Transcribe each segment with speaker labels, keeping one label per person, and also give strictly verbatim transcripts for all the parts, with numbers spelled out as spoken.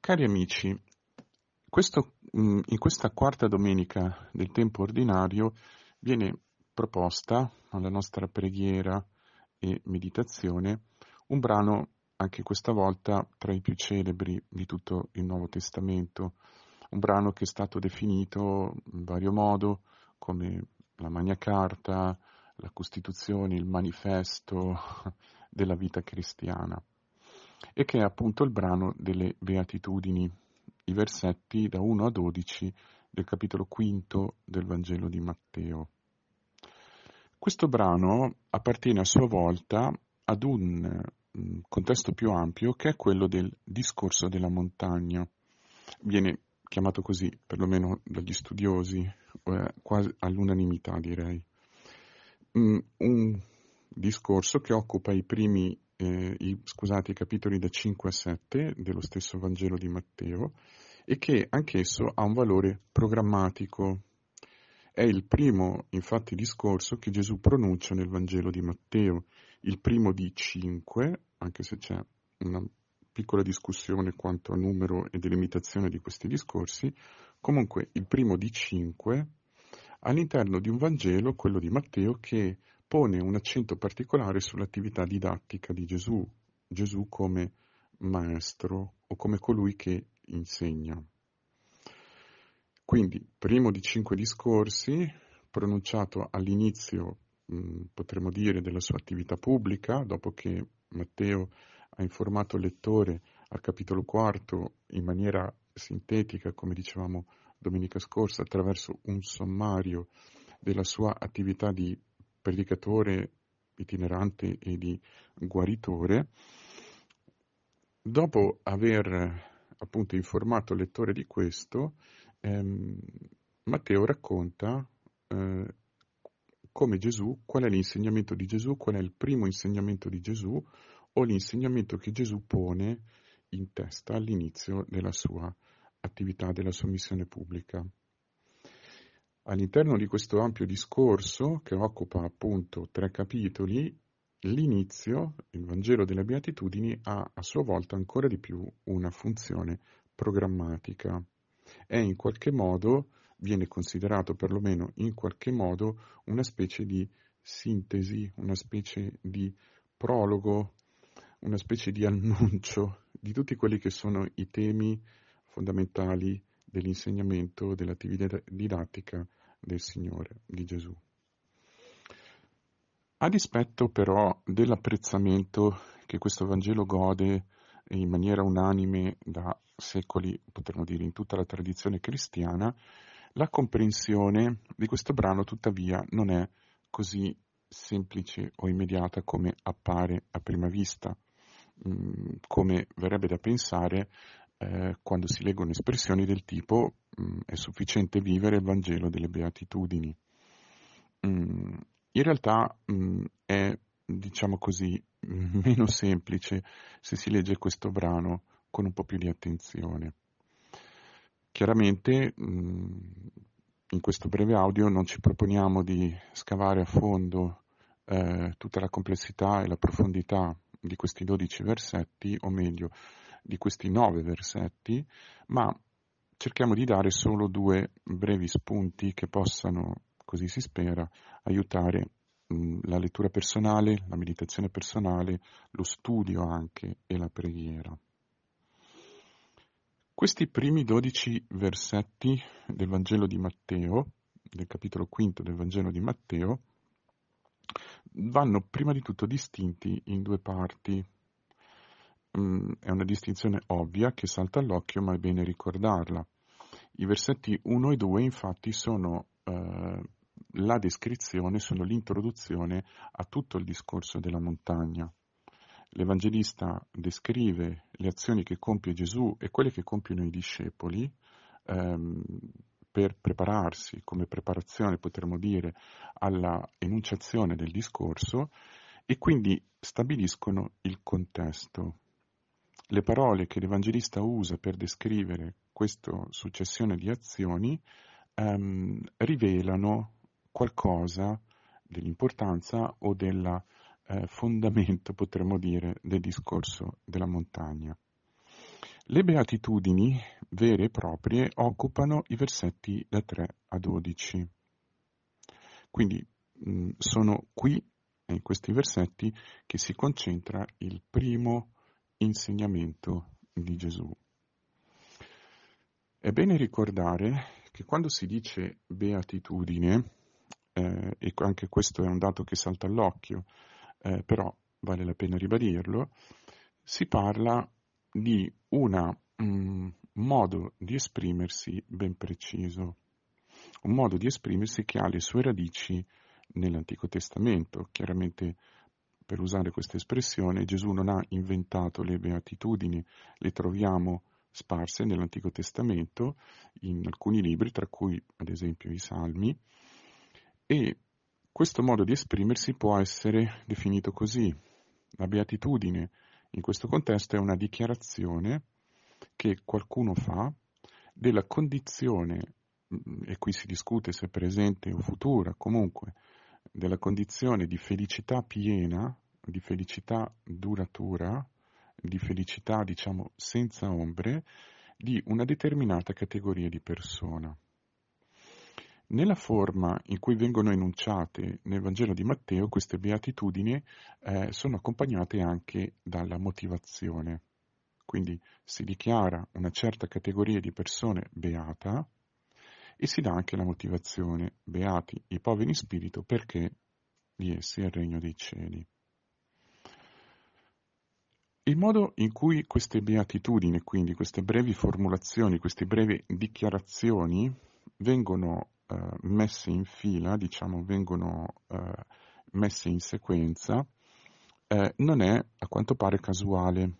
Speaker 1: Cari amici, questo, mh, in questa quarta domenica del tempo ordinario viene proposta alla nostra preghiera e meditazione un brano, anche questa volta, tra i più celebri di tutto il Nuovo Testamento, un brano che è stato definito in vario modo come la Magna Carta, la Costituzione, il manifesto della vita cristiana, e che è appunto il brano delle Beatitudini, i versetti da uno a dodici del capitolo quinto del Vangelo di Matteo. Questo brano appartiene a sua volta ad un mh, contesto più ampio, che è quello del discorso della montagna. Viene chiamato così, perlomeno dagli studiosi, eh, quasi all'unanimità direi. Mm, un discorso che occupa i primi eh, i, scusate, i capitoli da cinque a sette dello stesso Vangelo di Matteo, e che anch'esso ha un valore programmatico. È il primo, infatti, discorso che Gesù pronuncia nel Vangelo di Matteo, il primo di cinque, anche se c'è una piccola discussione quanto a numero e delimitazione di questi discorsi, comunque il primo di cinque all'interno di un Vangelo, quello di Matteo, che pone un accento particolare sull'attività didattica di Gesù, Gesù come maestro o come colui che insegna. Quindi, primo di cinque discorsi, pronunciato all'inizio, mh, potremmo dire, della sua attività pubblica, dopo che Matteo ha informato il lettore al capitolo quarto in maniera sintetica, come dicevamo domenica scorsa, attraverso un sommario della sua attività di predicatore itinerante e di guaritore. Dopo aver appunto informato il lettore di questo, ehm, Matteo racconta eh, come Gesù, qual è l'insegnamento di Gesù, qual è il primo insegnamento di Gesù o l'insegnamento che Gesù pone in testa all'inizio della sua attività, della sua missione pubblica. All'interno di questo ampio discorso, che occupa appunto tre capitoli, l'inizio, il Vangelo delle Beatitudini, ha a sua volta ancora di più una funzione programmatica. È in qualche modo, viene considerato perlomeno in qualche modo, una specie di sintesi, una specie di prologo, una specie di annuncio di tutti quelli che sono i temi fondamentali dell'insegnamento, dell'attività didattica del Signore, di Gesù. A dispetto però dell'apprezzamento che questo Vangelo gode in maniera unanime da secoli, potremmo dire in tutta la tradizione cristiana, la comprensione di questo brano tuttavia non è così semplice o immediata come appare a prima vista, come verrebbe da pensare eh, quando si leggono espressioni del tipo mh, è sufficiente vivere il Vangelo delle Beatitudini. Mm, in realtà mh, è, diciamo così, meno semplice se si legge questo brano con un po' più di attenzione. Chiaramente mh, in questo breve audio non ci proponiamo di scavare a fondo eh, tutta la complessità e la profondità di questi dodici versetti, o meglio, di questi nove versetti, ma cerchiamo di dare solo due brevi spunti che possano, così si spera, aiutare mh, la lettura personale, la meditazione personale, lo studio anche e la preghiera. Questi primi dodici versetti del Vangelo di Matteo, del capitolo quinto del Vangelo di Matteo, vanno prima di tutto distinti in due parti. Mm, è una distinzione ovvia che salta all'occhio, ma è bene ricordarla. I versetti uno e due infatti sono eh, la descrizione, sono l'introduzione a tutto il discorso della montagna. L'Evangelista descrive le azioni che compie Gesù e quelle che compiono i discepoli ehm, per prepararsi, come preparazione potremmo dire, alla enunciazione del discorso, e quindi stabiliscono il contesto. Le parole che l'Evangelista usa per descrivere questa successione di azioni ehm, rivelano qualcosa dell'importanza o del eh, fondamento, potremmo dire, del discorso della montagna. Le beatitudini vere e proprie occupano i versetti da tre a dodici. Quindi mh, sono qui, in questi versetti, che si concentra il primo insegnamento di Gesù. È bene ricordare che quando si dice beatitudine, eh, e anche questo è un dato che salta all'occhio, eh, però vale la pena ribadirlo, si parla di un modo di esprimersi ben preciso, un modo di esprimersi che ha le sue radici nell'Antico Testamento. Chiaramente, per usare questa espressione, Gesù non ha inventato le beatitudini, le troviamo sparse nell'Antico Testamento in alcuni libri, tra cui ad esempio i Salmi, e questo modo di esprimersi può essere definito così. La beatitudine in questo contesto è una dichiarazione che qualcuno fa della condizione, e qui si discute se presente o futura, comunque, della condizione di felicità piena, di felicità duratura, di felicità, diciamo, senza ombre, di una determinata categoria di persona. Nella forma in cui vengono enunciate nel Vangelo di Matteo, queste beatitudini eh, sono accompagnate anche dalla motivazione. Quindi si dichiara una certa categoria di persone beata e si dà anche la motivazione: beati i poveri in spirito, perché di essi è il regno dei cieli. Il modo in cui queste beatitudini, quindi queste brevi formulazioni, queste brevi dichiarazioni, vengono eh, messe in fila, diciamo, vengono eh, messe in sequenza, eh, non è a quanto pare casuale.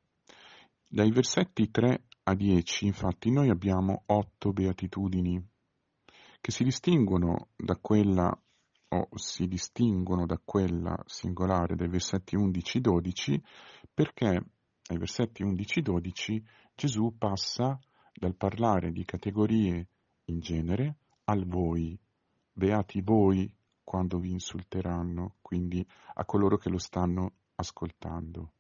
Speaker 1: Dai versetti tre a dieci, infatti, noi abbiamo otto beatitudini che si distinguono da quella o si distinguono da quella singolare dai versetti undici dodici, perché ai versetti undici dodici Gesù passa dal parlare di categorie in genere al voi, beati voi quando vi insulteranno, quindi a coloro che lo stanno ascoltando.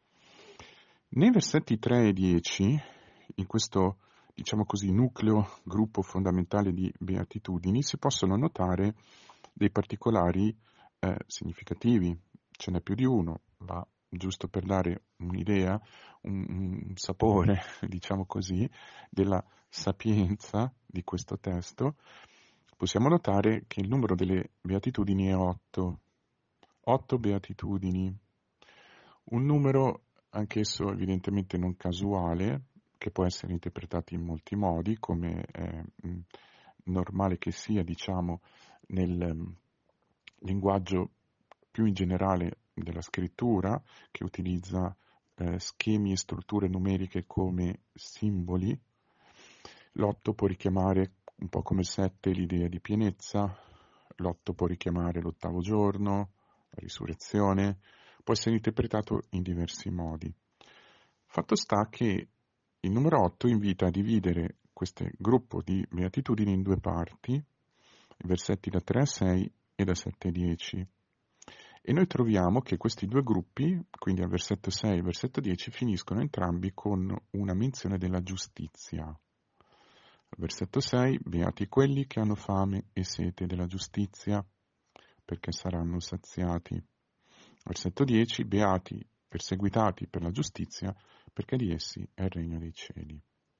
Speaker 1: Nei versetti tre e dieci, in questo, diciamo così, nucleo, gruppo fondamentale di beatitudini, si possono notare dei particolari eh, significativi. Ce n'è più di uno, ma giusto per dare un'idea, un, un sapore, diciamo così, della sapienza di questo testo, possiamo notare che il numero delle beatitudini è otto. Otto beatitudini. Un numero anch'esso evidentemente non casuale, che può essere interpretato in molti modi, come è mh, normale che sia, diciamo, nel mh, linguaggio più in generale della scrittura, che utilizza eh, schemi e strutture numeriche come simboli. L'otto può richiamare, un po' come il sette, l'idea di pienezza, l'otto può richiamare l'ottavo giorno, la risurrezione, può essere interpretato in diversi modi. Fatto sta che il numero otto invita a dividere questo gruppo di beatitudini in due parti, i versetti da tre a sei e da sette a dieci. E noi troviamo che questi due gruppi, quindi al versetto sei e al versetto dieci, finiscono entrambi con una menzione della giustizia. Al versetto sei, beati quelli che hanno fame e sete della giustizia, perché saranno saziati. Versetto dieci, beati, perseguitati per la giustizia, perché di essi è il regno dei cieli.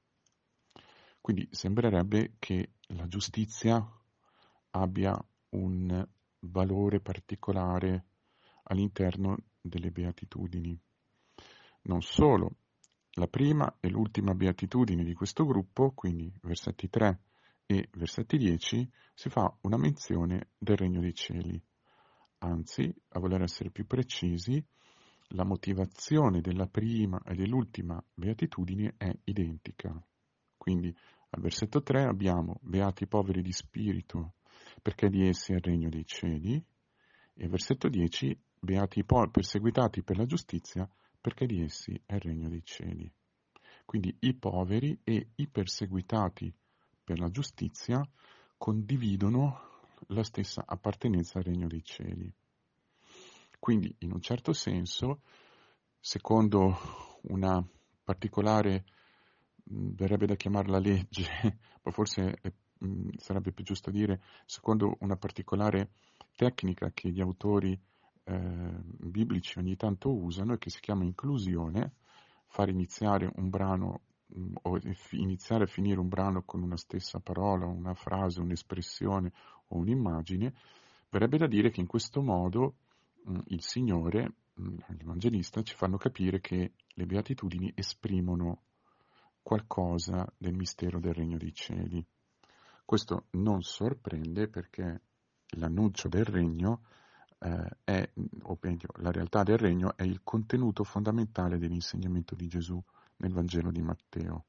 Speaker 1: Quindi sembrerebbe che la giustizia abbia un valore particolare all'interno delle beatitudini. Non solo, la prima e l'ultima beatitudine di questo gruppo, quindi versetti tre e versetti dieci, si fa una menzione del regno dei cieli. Anzi, a voler essere più precisi, la motivazione della prima e dell'ultima beatitudine è identica. Quindi al versetto tre abbiamo beati i poveri di spirito, perché di essi è il regno dei cieli, e al versetto dieci beati i poveri perseguitati per la giustizia, perché di essi è il regno dei cieli. Quindi i poveri e i perseguitati per la giustizia condividono la stessa appartenenza al regno dei cieli. Quindi, in un certo senso, secondo una particolare, mh, verrebbe da chiamarla legge, ma forse è, mh, sarebbe più giusto dire secondo una particolare tecnica che gli autori eh, biblici ogni tanto usano e che si chiama inclusione, far iniziare un brano mh, o iniziare a finire un brano con una stessa parola, una frase, un'espressione o un'immagine, verrebbe da dire che in questo modo mh, il Signore, mh, l'Evangelista, ci fanno capire che le beatitudini esprimono qualcosa del mistero del Regno dei Cieli. Questo non sorprende perché l'annuncio del Regno eh, è, o meglio, la realtà del Regno è il contenuto fondamentale dell'insegnamento di Gesù nel Vangelo di Matteo.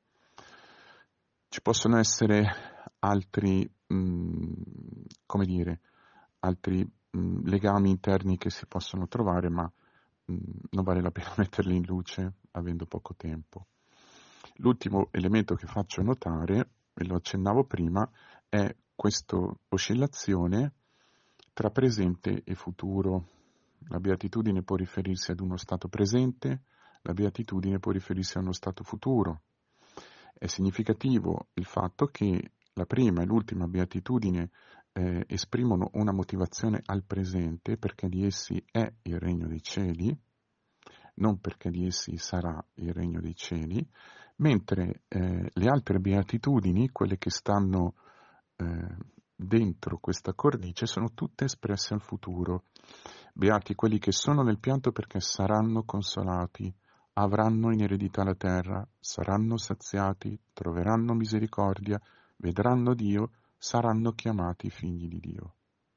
Speaker 1: Ci possono essere altri, mh, come dire, altri mh, legami interni che si possono trovare, ma mh, non vale la pena metterli in luce avendo poco tempo. L'ultimo elemento che faccio notare, e lo accennavo prima, è questa oscillazione tra presente e futuro. La beatitudine può riferirsi ad uno stato presente, la beatitudine può riferirsi a uno stato futuro. È significativo il fatto che la prima e l'ultima beatitudine eh, esprimono una motivazione al presente perché di essi è il regno dei cieli, non perché di essi sarà il regno dei cieli, mentre eh, le altre beatitudini, quelle che stanno eh, dentro questa cornice, sono tutte espresse al futuro. Beati quelli che sono nel pianto perché saranno consolati, avranno in eredità la terra, saranno saziati, troveranno misericordia, vedranno Dio, saranno chiamati figli di Dio.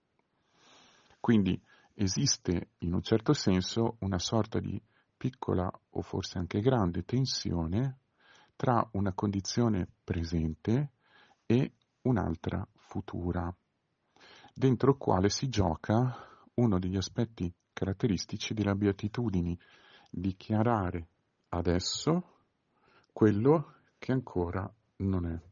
Speaker 1: Quindi esiste in un certo senso una sorta di piccola o forse anche grande tensione tra una condizione presente e un'altra futura, dentro il quale si gioca uno degli aspetti caratteristici della beatitudine, dichiarare adesso quello che ancora non è.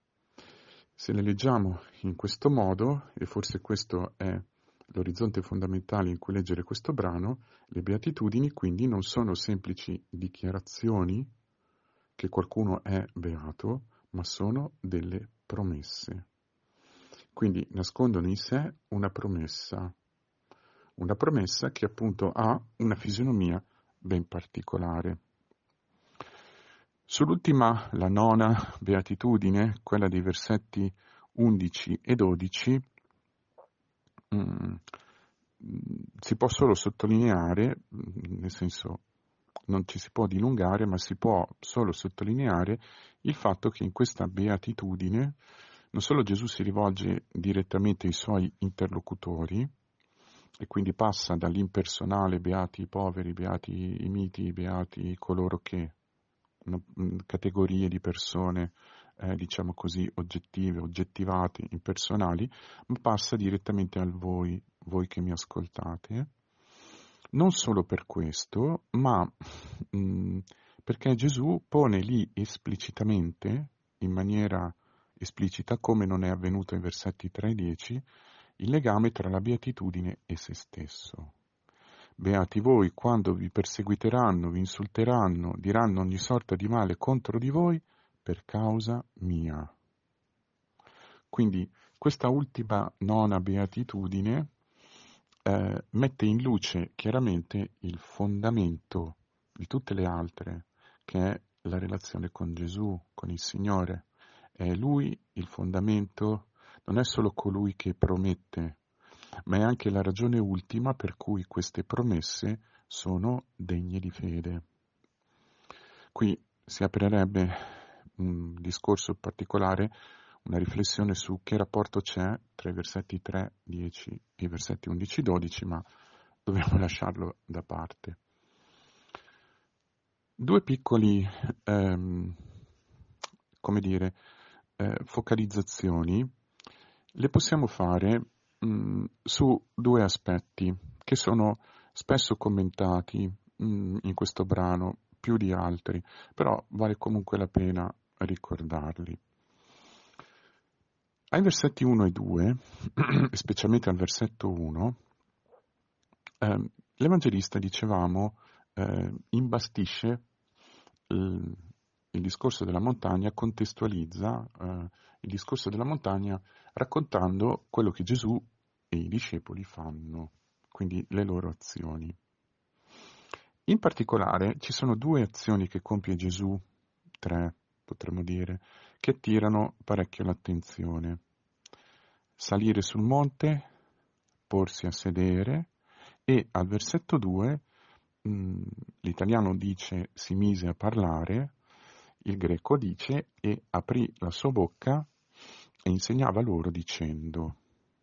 Speaker 1: Se le leggiamo in questo modo, e forse questo è l'orizzonte fondamentale in cui leggere questo brano, le beatitudini quindi non sono semplici dichiarazioni che qualcuno è beato, ma sono delle promesse. Quindi nascondono in sé una promessa, una promessa che appunto ha una fisionomia ben particolare. Sull'ultima, la nona beatitudine, quella dei versetti undici e dodici, mh, si può solo sottolineare, nel senso non ci si può dilungare, ma si può solo sottolineare il fatto che in questa beatitudine non solo Gesù si rivolge direttamente ai suoi interlocutori, e quindi passa dall'impersonale beati i poveri, beati i miti, beati coloro che, categorie di persone, eh, diciamo così, oggettive, oggettivate, impersonali, ma passa direttamente al voi, voi che mi ascoltate. Non solo per questo, ma mh, perché Gesù pone lì esplicitamente, in maniera esplicita, come non è avvenuto ai versetti tre e dieci, il legame tra la beatitudine e se stesso. Beati voi quando vi perseguiteranno, vi insulteranno, diranno ogni sorta di male contro di voi per causa mia. Quindi questa ultima nona beatitudine eh, mette in luce chiaramente il fondamento di tutte le altre, che è la relazione con Gesù, con il Signore. È Lui il fondamento, non è solo colui che promette, ma è anche la ragione ultima per cui queste promesse sono degne di fede. Qui si aprirebbe un discorso particolare, una riflessione su che rapporto c'è tra i versetti tre, dieci e i versetti undici dodici, ma dobbiamo lasciarlo da parte. Due piccoli, ehm, come dire, eh, focalizzazioni le possiamo fare mh, su due aspetti che sono spesso commentati mh, in questo brano più di altri, però vale comunque la pena ricordarli. Ai versetti uno e due, specialmente al versetto uno, eh, l'Evangelista, dicevamo, eh, imbastisce il, il discorso della montagna contestualizza eh, il discorso della montagna raccontando quello che Gesù e i discepoli fanno, quindi le loro azioni. In particolare ci sono due azioni che compie Gesù, tre potremmo dire, che attirano parecchio l'attenzione. Salire sul monte, porsi a sedere e al versetto due mh, l'italiano dice si mise a parlare, il greco dice e aprì la sua bocca e insegnava loro dicendo.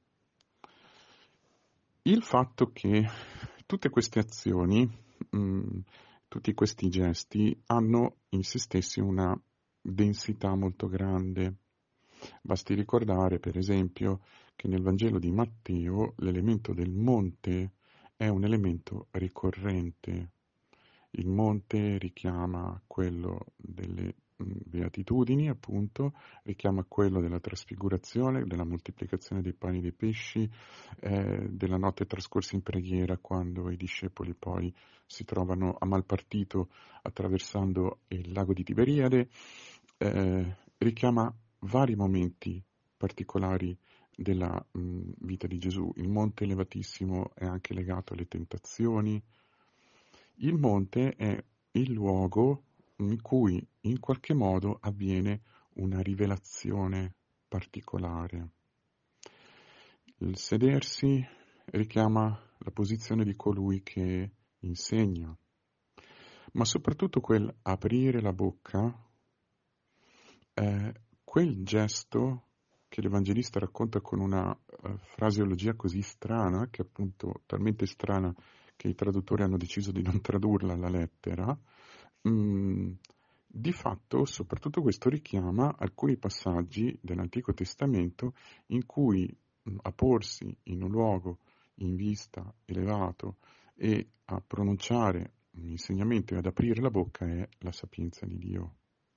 Speaker 1: Il fatto che tutte queste azioni, mh, tutti questi gesti hanno in se stessi una densità molto grande. Basti ricordare, per esempio, che nel Vangelo di Matteo l'elemento del monte è un elemento ricorrente. Il monte richiama quello delle beatitudini, appunto, richiama quello della trasfigurazione, della moltiplicazione dei pani e dei pesci, eh, della notte trascorsa in preghiera quando i discepoli poi si trovano a mal partito attraversando il lago di Tiberiade, eh, richiama vari momenti particolari della mh, vita di Gesù. Il monte elevatissimo è anche legato alle tentazioni. Il monte è il luogo in cui in qualche modo avviene una rivelazione particolare. Il sedersi richiama la posizione di colui che insegna, ma soprattutto quel aprire la bocca, eh, quel gesto che l'Evangelista racconta con una uh, fraseologia così strana, che è appunto talmente strana che i traduttori hanno deciso di non tradurla alla lettera, mh, di fatto soprattutto questo richiama alcuni passaggi dell'Antico Testamento in cui mh, a porsi in un luogo in vista elevato e a pronunciare un insegnamento e ad aprire la bocca è la sapienza di Dio.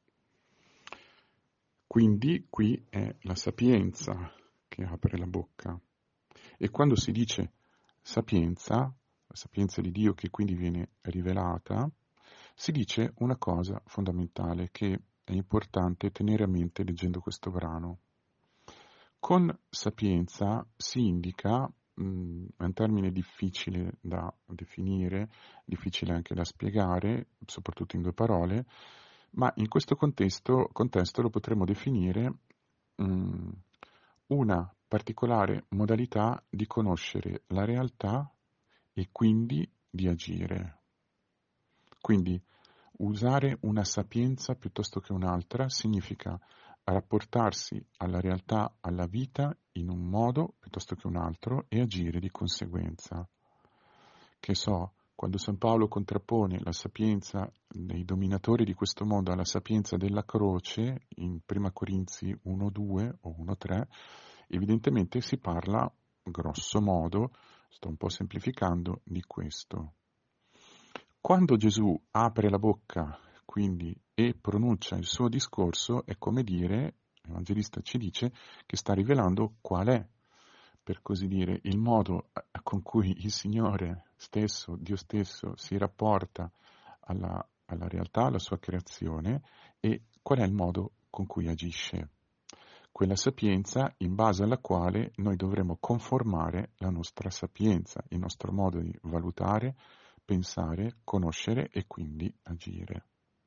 Speaker 1: Quindi qui è la sapienza che apre la bocca. E quando si dice sapienza, la sapienza di Dio che quindi viene rivelata, si dice una cosa fondamentale che è importante tenere a mente leggendo questo brano. Con sapienza si indica, mh, è un termine difficile da definire, difficile anche da spiegare, soprattutto in due parole, ma in questo contesto, contesto lo potremmo definire mh, una particolare modalità di conoscere la realtà e quindi di agire. Quindi usare una sapienza piuttosto che un'altra significa rapportarsi alla realtà, alla vita in un modo piuttosto che un altro e agire di conseguenza. Che so, quando San Paolo contrappone la sapienza dei dominatori di questo mondo alla sapienza della croce, in Prima Corinzi uno due o uno tre, evidentemente si parla, grosso modo, sto un po' semplificando, di questo. Quando Gesù apre la bocca, quindi, e pronuncia il suo discorso, è come dire, l'Evangelista ci dice, che sta rivelando qual è, per così dire, il modo con cui il Signore stesso, Dio stesso, si rapporta alla, alla realtà, alla sua creazione e qual è il modo con cui agisce. Quella sapienza in base alla quale noi dovremo conformare la nostra sapienza, il nostro modo di valutare, pensare, conoscere e quindi agire.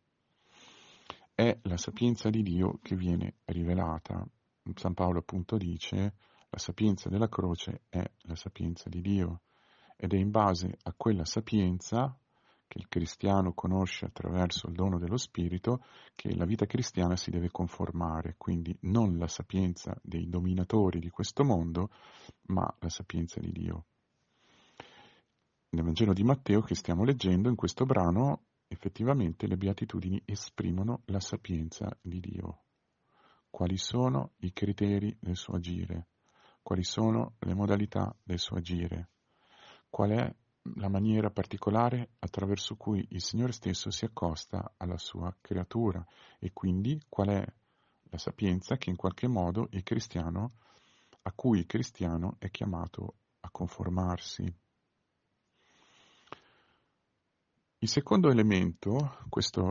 Speaker 1: È la sapienza di Dio che viene rivelata. San Paolo appunto dice: la sapienza della croce è la sapienza di Dio, ed è in base a quella sapienza che il cristiano conosce attraverso il dono dello Spirito che la vita cristiana si deve conformare, quindi non la sapienza dei dominatori di questo mondo, ma la sapienza di Dio. Nel Vangelo di Matteo che stiamo leggendo, in questo brano, effettivamente le beatitudini esprimono la sapienza di Dio. Quali sono i criteri del suo agire? Quali sono le modalità del suo agire? Qual è la maniera particolare attraverso cui il Signore stesso si accosta alla sua creatura e quindi qual è la sapienza che in qualche modo il cristiano, a cui il cristiano è chiamato a conformarsi. Il secondo elemento, questo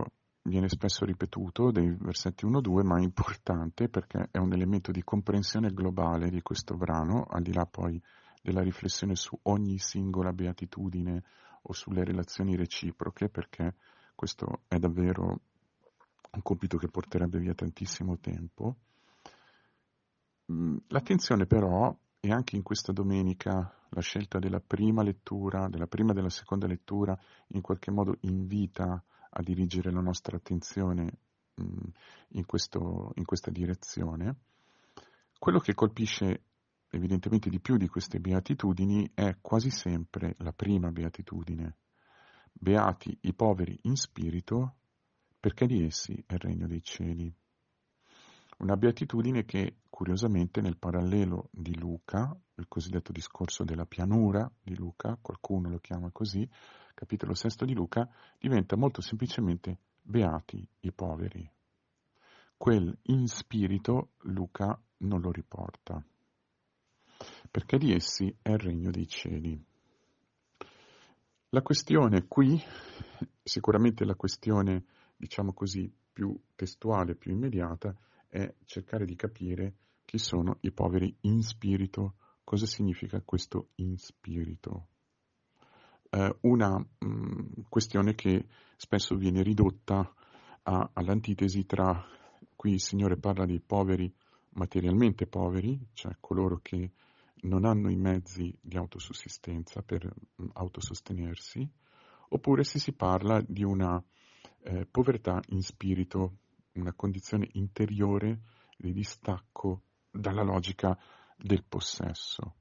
Speaker 1: viene spesso ripetuto dei versetti uno due, ma è importante perché è un elemento di comprensione globale di questo brano, al di là poi della riflessione su ogni singola beatitudine o sulle relazioni reciproche, perché questo è davvero un compito che porterebbe via tantissimo tempo. L'attenzione però, e anche in questa domenica la scelta della prima lettura, della prima e della seconda lettura, in qualche modo invita a dirigere la nostra attenzione mh, in, questo, in questa direzione. Quello che colpisce evidentemente di più di queste beatitudini è quasi sempre la prima beatitudine. Beati i poveri in spirito, perché di essi è il regno dei cieli. Una beatitudine che, curiosamente, nel parallelo di Luca, il cosiddetto discorso della pianura di Luca, qualcuno lo chiama così, capitolo sesto di Luca, diventa molto semplicemente beati i poveri. Quel in spirito Luca non lo riporta, perché di essi è il regno dei cieli. La questione qui, sicuramente la questione, diciamo così, più testuale, più immediata, è cercare di capire chi sono i poveri in spirito, cosa significa questo in spirito. Eh, una mh, questione che spesso viene ridotta a, all'antitesi tra, qui il Signore parla dei poveri materialmente poveri, cioè coloro che non hanno i mezzi di autosussistenza per mh, autosostenersi, oppure se si parla di una eh, povertà in spirito, una condizione interiore di distacco dalla logica del possesso.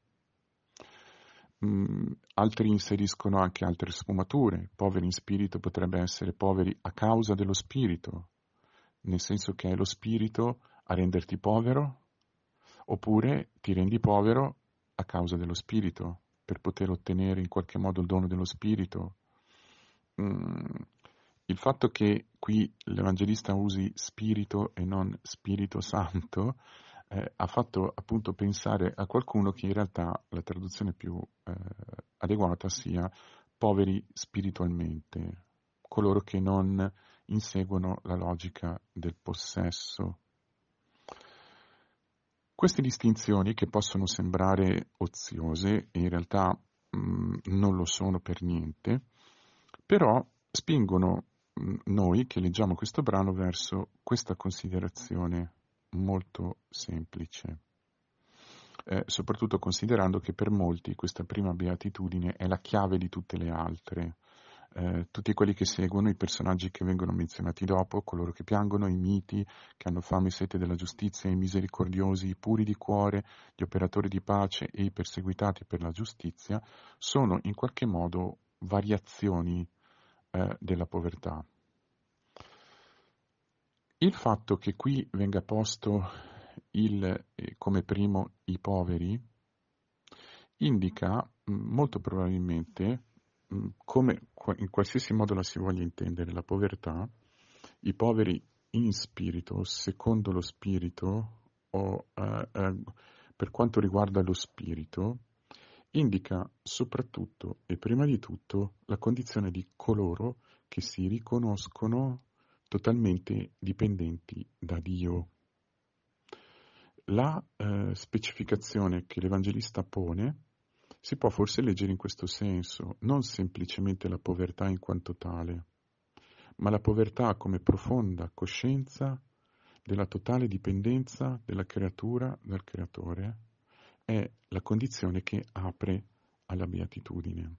Speaker 1: Mm, altri inseriscono anche altre sfumature. Poveri in spirito potrebbe essere poveri a causa dello spirito, nel senso che è lo spirito a renderti povero, oppure ti rendi povero a causa dello spirito, per poter ottenere in qualche modo il dono dello spirito. Mm, il fatto che qui l'Evangelista usi spirito e non Spirito Santo eh, ha fatto appunto pensare a qualcuno che in realtà la traduzione più eh, adeguata sia poveri spiritualmente, coloro che non inseguono la logica del possesso. Queste distinzioni, che possono sembrare oziose e in realtà mh, non lo sono per niente, però spingono mh, noi che leggiamo questo brano verso questa considerazione molto semplice, eh, soprattutto considerando che per molti questa prima beatitudine è la chiave di tutte le altre. Eh, tutti quelli che seguono, i personaggi che vengono menzionati dopo, coloro che piangono, i miti, che hanno fame e sete della giustizia, i misericordiosi, i puri di cuore, gli operatori di pace e i perseguitati per la giustizia, sono in qualche modo variazioni eh, della povertà. Il fatto che qui venga posto il, eh, come primo i poveri indica mh, molto probabilmente, mh, come in qualsiasi modo la si voglia intendere, la povertà, i poveri in spirito, secondo lo spirito, o eh, eh, per quanto riguarda lo spirito, indica soprattutto e prima di tutto la condizione di coloro che si riconoscono totalmente dipendenti da Dio. La eh, specificazione che l'Evangelista pone si può forse leggere in questo senso, non semplicemente la povertà in quanto tale, ma la povertà come profonda coscienza della totale dipendenza della creatura dal Creatore è la condizione che apre alla beatitudine.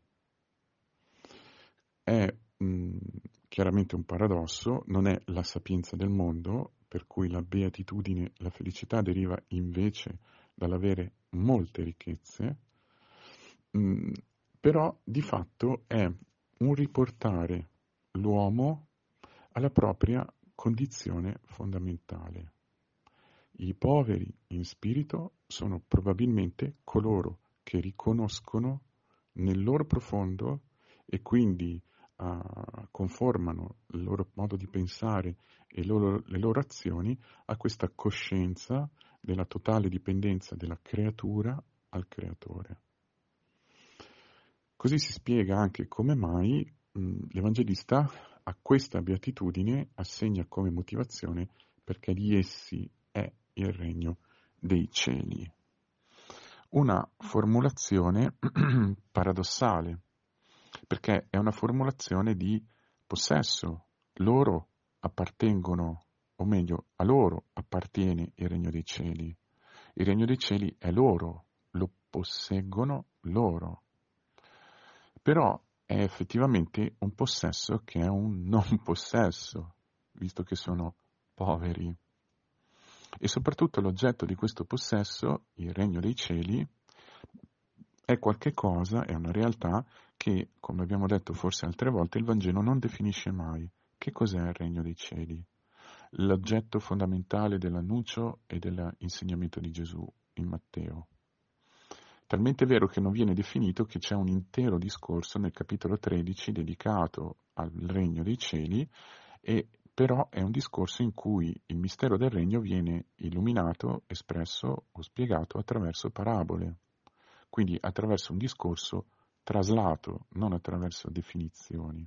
Speaker 1: È mh, chiaramente un paradosso, non è la sapienza del mondo, per cui la beatitudine, la felicità deriva invece dall'avere molte ricchezze, mh, però di fatto è un riportare l'uomo alla propria condizione fondamentale. I poveri in spirito sono probabilmente coloro che riconoscono nel loro profondo e quindi uh, conformano il loro modo di pensare e loro, le loro azioni a questa coscienza della totale dipendenza della creatura al creatore. Così si spiega anche come mai mh, l'Evangelista a questa beatitudine assegna come motivazione perché di essi è il regno dei cieli. Una formulazione paradossale, perché è una formulazione di possesso. Loro appartengono, o meglio, a loro appartiene il regno dei cieli. Il regno dei cieli è loro, lo posseggono loro. Però è effettivamente un possesso che è un non possesso, visto che sono poveri. E soprattutto l'oggetto di questo possesso, il regno dei cieli, è qualche cosa, è una realtà che, come abbiamo detto forse altre volte, il Vangelo non definisce mai. Che cos'è il regno dei cieli? L'oggetto fondamentale dell'annuncio e dell'insegnamento di Gesù in Matteo. Talmente vero che non viene definito che c'è un intero discorso nel capitolo tredici dedicato al regno dei cieli, e però è un discorso in cui il mistero del regno viene illuminato, espresso o spiegato attraverso parabole, quindi attraverso un discorso traslato, non attraverso definizioni.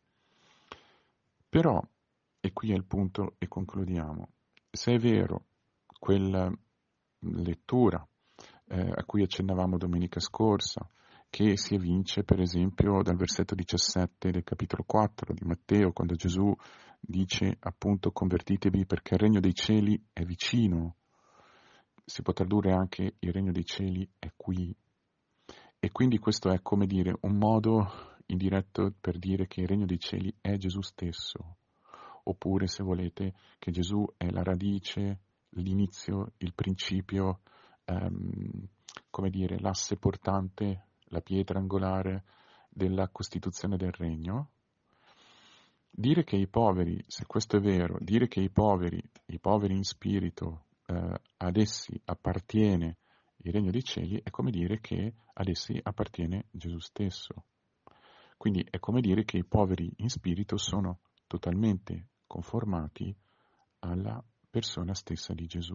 Speaker 1: Però, e qui è il punto e concludiamo, se è vero quella lettura eh, a cui accennavamo domenica scorsa, che si evince per esempio dal versetto diciassette del capitolo quattro di Matteo, quando Gesù dice appunto convertitevi perché il regno dei cieli è vicino, si può tradurre anche il regno dei cieli è qui, e quindi questo è come dire un modo indiretto per dire che il regno dei cieli è Gesù stesso, oppure se volete che Gesù è la radice, l'inizio, il principio, ehm, come dire, l'asse portante, la pietra angolare della costituzione del regno. Dire che i poveri, se questo è vero, dire che i poveri, i poveri in spirito, eh, ad essi appartiene il regno dei cieli, è come dire che ad essi appartiene Gesù stesso. Quindi è come dire che i poveri in spirito sono totalmente conformati alla persona stessa di Gesù.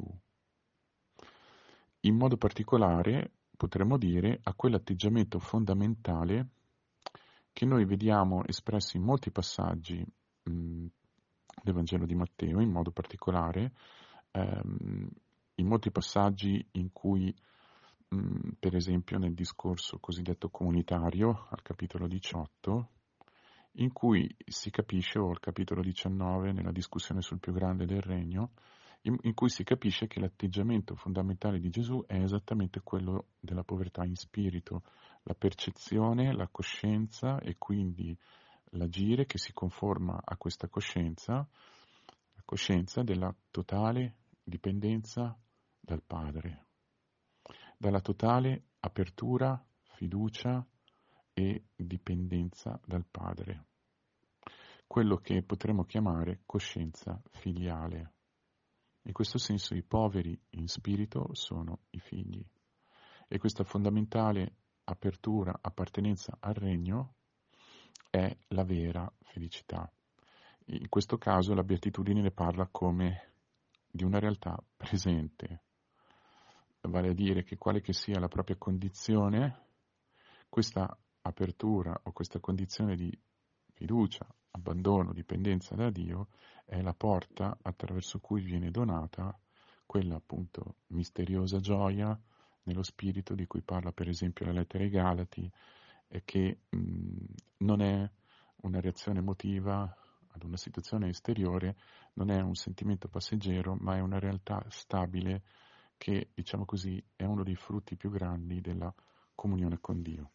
Speaker 1: In modo particolare potremmo dire a quell'atteggiamento fondamentale che noi vediamo espresso in molti passaggi mh, del Vangelo di Matteo, in modo particolare ehm, in molti passaggi in cui, mh, per esempio nel discorso cosiddetto comunitario, al capitolo diciotto, in cui si capisce, o al capitolo diciannove, nella discussione sul più grande del regno, in, in cui si capisce che l'atteggiamento fondamentale di Gesù è esattamente quello della povertà in spirito, la percezione, la coscienza e quindi l'agire che si conforma a questa coscienza, la coscienza della totale dipendenza dal Padre, dalla totale apertura, fiducia e dipendenza dal Padre, quello che potremmo chiamare coscienza filiale. In questo senso i poveri in spirito sono i figli, e questa fondamentale apertura, appartenenza al regno è la vera felicità. In questo caso la beatitudine ne parla come di una realtà presente, vale a dire che quale che sia la propria condizione, questa apertura o questa condizione di fiducia, abbandono, dipendenza da Dio è la porta attraverso cui viene donata quella appunto misteriosa gioia nello spirito di cui parla per esempio la lettera ai Galati, e che mh, non è una reazione emotiva ad una situazione esteriore, non è un sentimento passeggero, ma è una realtà stabile che, diciamo così, è uno dei frutti più grandi della comunione con Dio.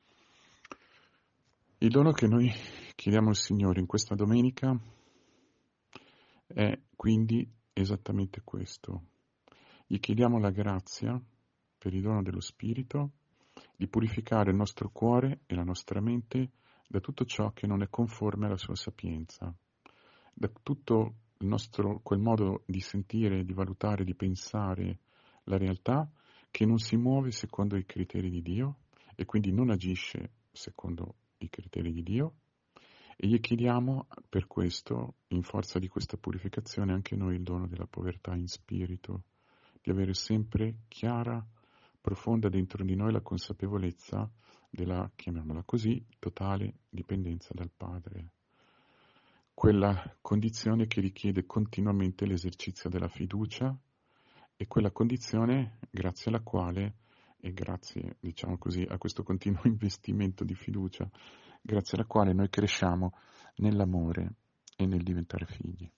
Speaker 1: Il dono che noi chiediamo al Signore in questa domenica è quindi esattamente questo. Gli chiediamo la grazia, per il dono dello Spirito, di purificare il nostro cuore e la nostra mente da tutto ciò che non è conforme alla sua sapienza, da tutto il nostro, quel modo di sentire, di valutare, di pensare la realtà che non si muove secondo i criteri di Dio e quindi non agisce secondo i criteri di Dio, e gli chiediamo per questo, in forza di questa purificazione, anche noi il dono della povertà in spirito, di avere sempre chiara, profonda dentro di noi la consapevolezza della, chiamiamola così, totale dipendenza dal Padre. quella condizione che richiede continuamente l'esercizio della fiducia e quella condizione grazie alla quale, e grazie, diciamo così, a questo continuo investimento di fiducia, grazie alla quale noi cresciamo nell'amore e nel diventare figli.